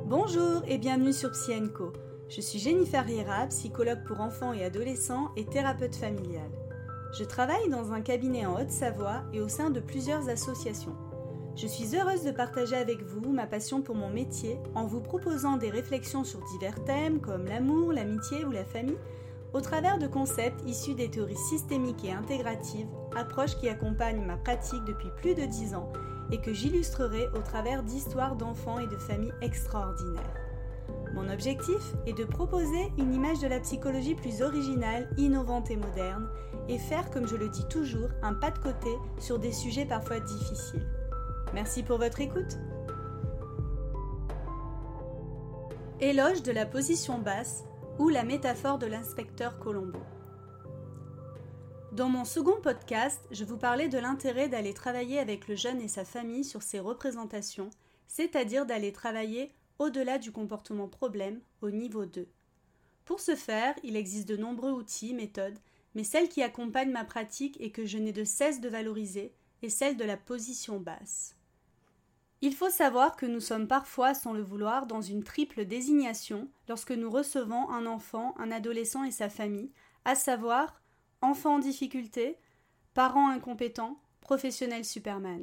Bonjour et bienvenue sur Psy & Co. Je suis Jennifer Riera, psychologue pour enfants et adolescents et thérapeute familiale. Je travaille dans un cabinet en Haute-Savoie et au sein de plusieurs associations. Je suis heureuse de partager avec vous ma passion pour mon métier en vous proposant des réflexions sur divers thèmes comme l'amour, l'amitié ou la famille, au travers de concepts issus des théories systémiques et intégratives, approches qui accompagnent ma pratique depuis plus de 10 ans et que j'illustrerai au travers d'histoires d'enfants et de familles extraordinaires. Mon objectif est de proposer une image de la psychologie plus originale, innovante et moderne, et faire, comme je le dis toujours, un pas de côté sur des sujets parfois difficiles. Merci pour votre écoute. Éloge de la position basse ou la métaphore de l'inspecteur Colombo. Dans mon second podcast, je vous parlais de l'intérêt d'aller travailler avec le jeune et sa famille sur ses représentations, c'est-à-dire d'aller travailler au-delà du comportement problème, au niveau 2. Pour ce faire, il existe de nombreux outils, méthodes, mais celle qui accompagne ma pratique et que je n'ai de cesse de valoriser est celle de la position basse. Il faut savoir que nous sommes parfois, sans le vouloir, dans une triple désignation lorsque nous recevons un enfant, un adolescent et sa famille, à savoir enfant en difficulté, parent incompétent, professionnel Superman.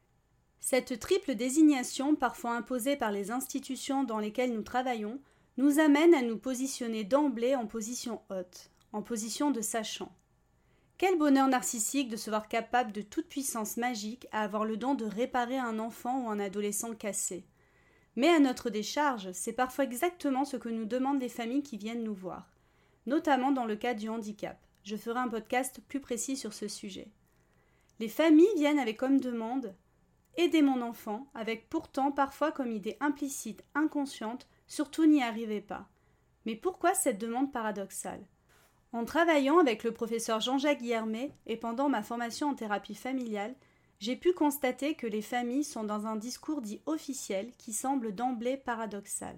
Cette triple désignation, parfois imposée par les institutions dans lesquelles nous travaillons, nous amène à nous positionner d'emblée en position haute, en position de sachant. Quel bonheur narcissique de se voir capable de toute puissance magique à avoir le don de réparer un enfant ou un adolescent cassé. Mais à notre décharge, c'est parfois exactement ce que nous demandent les familles qui viennent nous voir, notamment dans le cas du handicap. Je ferai un podcast plus précis sur ce sujet. Les familles viennent avec comme demande « aider mon enfant » avec pourtant parfois comme idée implicite, inconsciente, surtout n'y arrivez pas. Mais pourquoi cette demande paradoxale ? En travaillant avec le professeur Jean-Jacques Guillermet et pendant ma formation en thérapie familiale, j'ai pu constater que les familles sont dans un discours dit officiel qui semble d'emblée paradoxal.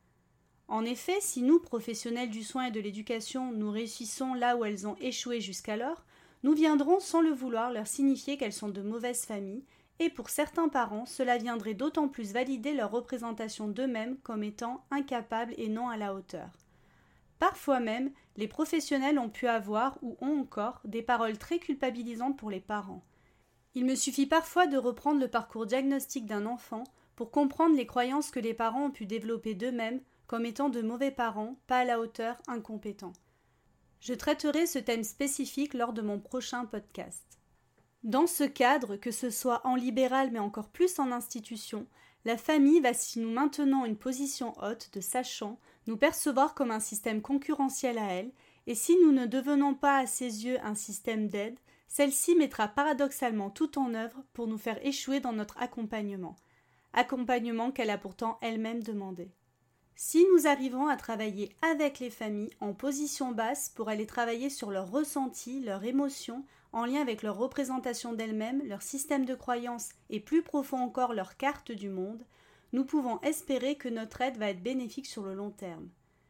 En effet, si nous, professionnels du soin et de l'éducation, nous réussissons là où elles ont échoué jusqu'alors, nous viendrons sans le vouloir leur signifier qu'elles sont de mauvaises familles, et pour certains parents, cela viendrait d'autant plus valider leur représentation d'eux-mêmes comme étant incapables et non à la hauteur. Parfois même, les professionnels ont pu avoir, ou ont encore, des paroles très culpabilisantes pour les parents. Il me suffit parfois de reprendre le parcours diagnostique d'un enfant pour comprendre les croyances que les parents ont pu développer d'eux-mêmes comme étant de mauvais parents, pas à la hauteur, incompétents. Je traiterai ce thème spécifique lors de mon prochain podcast. Dans ce cadre, que ce soit en libéral mais encore plus en institution, la famille va, si nous maintenons une position haute de sachant, nous percevoir comme un système concurrentiel à elle, et si nous ne devenons pas à ses yeux un système d'aide, celle-ci mettra paradoxalement tout en œuvre pour nous faire échouer dans notre accompagnement qu'elle a pourtant elle-même demandé. Si nous arrivons à travailler avec les familles en position basse pour aller travailler sur leurs ressentis, leurs émotions, en lien avec leur représentation d'elles-mêmes, leur système de croyances et plus profond encore leur carte du monde, nous pouvons espérer que notre aide va être bénéfique sur le long terme.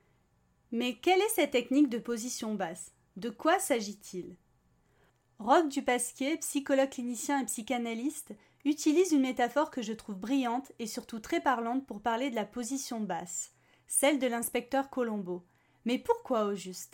Mais quelle est cette technique de position basse ? De quoi s'agit-il ? Roch Dupasquier, psychologue clinicien et psychanalyste, utilise une métaphore que je trouve brillante et surtout très parlante pour parler de la position basse, celle de l'inspecteur Colombo. Mais pourquoi au juste ?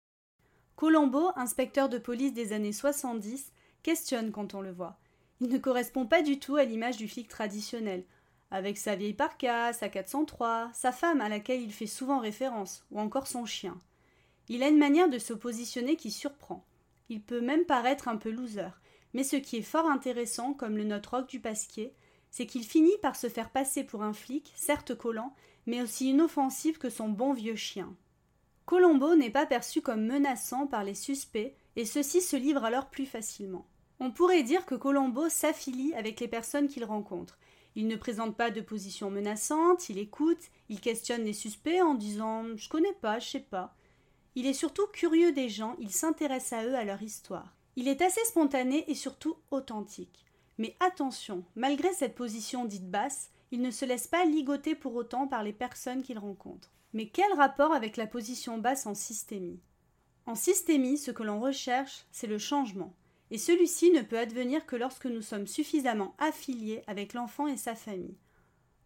Colombo, inspecteur de police des années 70, questionne quand on le voit. Il ne correspond pas du tout à l'image du flic traditionnel, avec sa vieille parka, sa 403, sa femme à laquelle il fait souvent référence, ou encore son chien. Il a une manière de se positionner qui surprend. Il peut même paraître un peu loser, mais ce qui est fort intéressant, comme le note Roch Dupasquier, c'est qu'il finit par se faire passer pour un flic, certes collant, mais aussi inoffensif que son bon vieux chien. Colombo n'est pas perçu comme menaçant par les suspects, et ceux-ci se livrent alors plus facilement. On pourrait dire que Colombo s'affilie avec les personnes qu'il rencontre. Il ne présente pas de position menaçante, il écoute, il questionne les suspects en disant « je connais pas, je sais pas ». Il est surtout curieux des gens, il s'intéresse à eux, à leur histoire. Il est assez spontané et surtout authentique. Mais attention, malgré cette position dite basse, il ne se laisse pas ligoter pour autant par les personnes qu'il rencontre. Mais quel rapport avec la position basse en systémie ? En systémie, ce que l'on recherche, c'est le changement. Et celui-ci ne peut advenir que lorsque nous sommes suffisamment affiliés avec l'enfant et sa famille.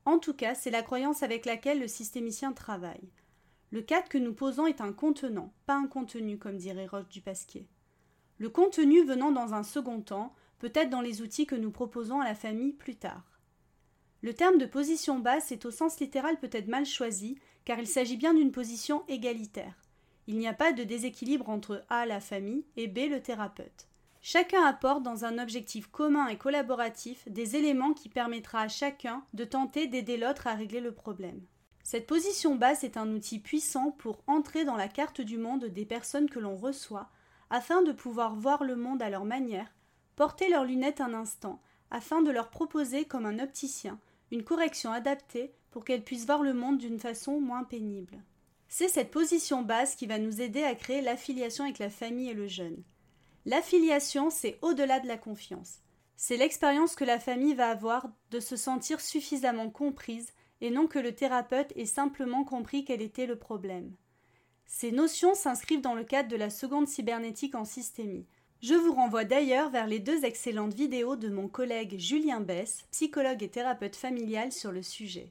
En tout cas, c'est la croyance avec laquelle le systémicien travaille. Le cadre que nous posons est un contenant, pas un contenu, comme dirait Roche du Pasquier. Le contenu venant dans un second temps, peut-être dans les outils que nous proposons à la famille plus tard. Le terme de position basse est au sens littéral peut-être mal choisi, car il s'agit bien d'une position égalitaire. Il n'y a pas de déséquilibre entre A, la famille, et B, le thérapeute. Chacun apporte dans un objectif commun et collaboratif des éléments qui permettra à chacun de tenter d'aider l'autre à régler le problème. Cette position basse est un outil puissant pour entrer dans la carte du monde des personnes que l'on reçoit, afin de pouvoir voir le monde à leur manière, porter leurs lunettes un instant, afin de leur proposer comme un opticien une correction adaptée pour qu'elles puissent voir le monde d'une façon moins pénible. C'est cette position basse qui va nous aider à créer l'affiliation avec la famille et le jeune. L'affiliation, c'est au-delà de la confiance. C'est l'expérience que la famille va avoir de se sentir suffisamment comprise et non que le thérapeute ait simplement compris quel était le problème. Ces notions s'inscrivent dans le cadre de la seconde cybernétique en systémie. Je vous renvoie d'ailleurs vers les 2 excellentes vidéos de mon collègue Julien Bess, psychologue et thérapeute familial sur le sujet.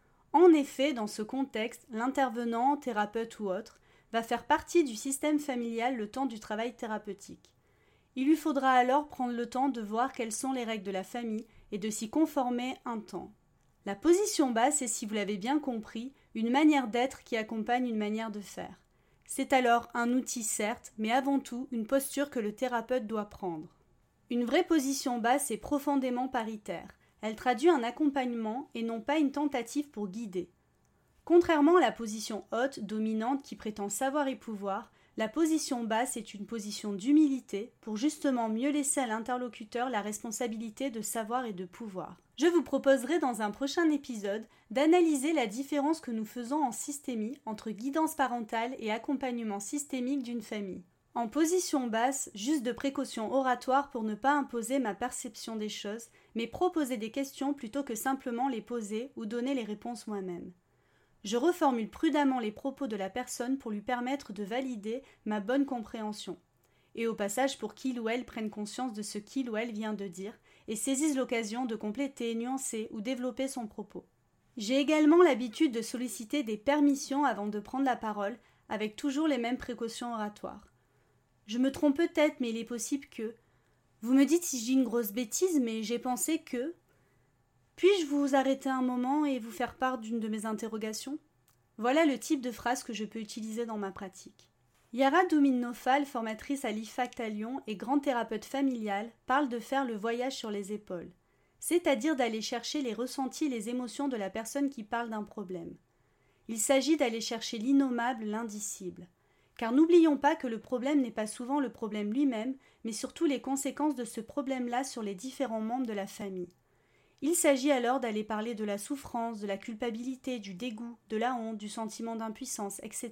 En effet, dans ce contexte, l'intervenant, thérapeute ou autre, va faire partie du système familial le temps du travail thérapeutique. Il lui faudra alors prendre le temps de voir quelles sont les règles de la famille et de s'y conformer un temps. La position basse est, si vous l'avez bien compris, une manière d'être qui accompagne une manière de faire. C'est alors un outil certes, mais avant tout une posture que le thérapeute doit prendre. Une vraie position basse est profondément paritaire. Elle traduit un accompagnement et non pas une tentative pour guider. Contrairement à la position haute, dominante, qui prétend savoir et pouvoir, la position basse est une position d'humilité pour justement mieux laisser à l'interlocuteur la responsabilité de savoir et de pouvoir. Je vous proposerai dans un prochain épisode d'analyser la différence que nous faisons en systémie entre guidance parentale et accompagnement systémique d'une famille. En position basse, juste de précautions oratoires pour ne pas imposer ma perception des choses, mais proposer des questions plutôt que simplement les poser ou donner les réponses moi-même. Je reformule prudemment les propos de la personne pour lui permettre de valider ma bonne compréhension, et au passage pour qu'il ou elle prenne conscience de ce qu'il ou elle vient de dire et saisisse l'occasion de compléter, nuancer ou développer son propos. J'ai également l'habitude de solliciter des permissions avant de prendre la parole, avec toujours les mêmes précautions oratoires. Je me trompe peut-être, mais il est possible que... Vous me dites si je dis une grosse bêtise, mais j'ai pensé que... Puis-je vous arrêter un moment et vous faire part d'une de mes interrogations ? Voilà le type de phrase que je peux utiliser dans ma pratique. Yara Doumin-Nofal, formatrice à l'IFACT à Lyon et grande thérapeute familiale, parle de faire le voyage sur les épaules, c'est-à-dire d'aller chercher les ressentis et les émotions de la personne qui parle d'un problème. Il s'agit d'aller chercher l'innommable, l'indicible. Car n'oublions pas que le problème n'est pas souvent le problème lui-même, mais surtout les conséquences de ce problème-là sur les différents membres de la famille. Il s'agit alors d'aller parler de la souffrance, de la culpabilité, du dégoût, de la honte, du sentiment d'impuissance, etc.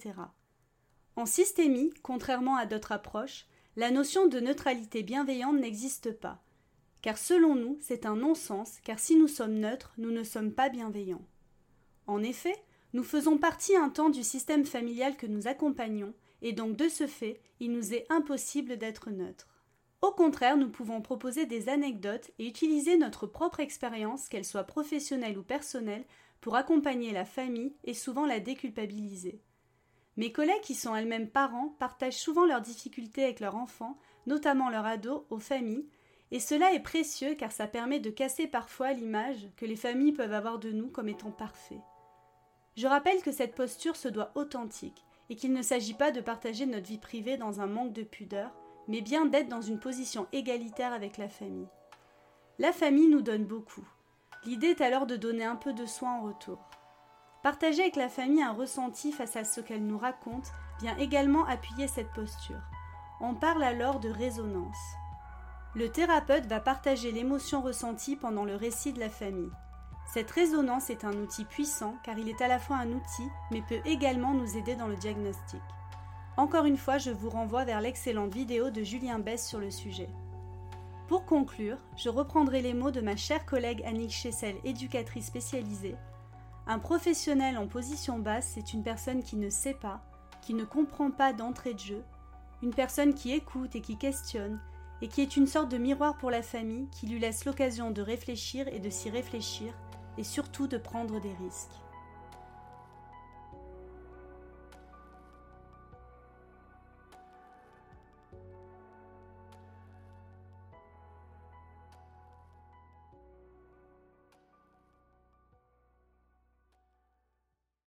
En systémie, contrairement à d'autres approches, la notion de neutralité bienveillante n'existe pas. Car selon nous, c'est un non-sens, car si nous sommes neutres, nous ne sommes pas bienveillants. En effet, nous faisons partie un temps du système familial que nous accompagnons, et donc de ce fait, il nous est impossible d'être neutre. Au contraire, nous pouvons proposer des anecdotes et utiliser notre propre expérience, qu'elle soit professionnelle ou personnelle, pour accompagner la famille et souvent la déculpabiliser. Mes collègues qui sont elles-mêmes parents partagent souvent leurs difficultés avec leurs enfants, notamment leurs ados, aux familles, et cela est précieux car ça permet de casser parfois l'image que les familles peuvent avoir de nous comme étant parfaits. Je rappelle que cette posture se doit authentique et qu'il ne s'agit pas de partager notre vie privée dans un manque de pudeur, mais bien d'être dans une position égalitaire avec la famille. La famille nous donne beaucoup. L'idée est alors de donner un peu de soin en retour. Partager avec la famille un ressenti face à ce qu'elle nous raconte vient également appuyer cette posture. On parle alors de résonance. Le thérapeute va partager l'émotion ressentie pendant le récit de la famille. Cette résonance est un outil puissant car il est à la fois un outil mais peut également nous aider dans le diagnostic. Encore une fois, je vous renvoie vers l'excellente vidéo de Julien Bess sur le sujet. Pour conclure, je reprendrai les mots de ma chère collègue Annick Chessel, éducatrice spécialisée. Un professionnel en position basse, c'est une personne qui ne sait pas, qui ne comprend pas d'entrée de jeu, une personne qui écoute et qui questionne, et qui est une sorte de miroir pour la famille qui lui laisse l'occasion de réfléchir et de s'y réfléchir, et surtout de prendre des risques.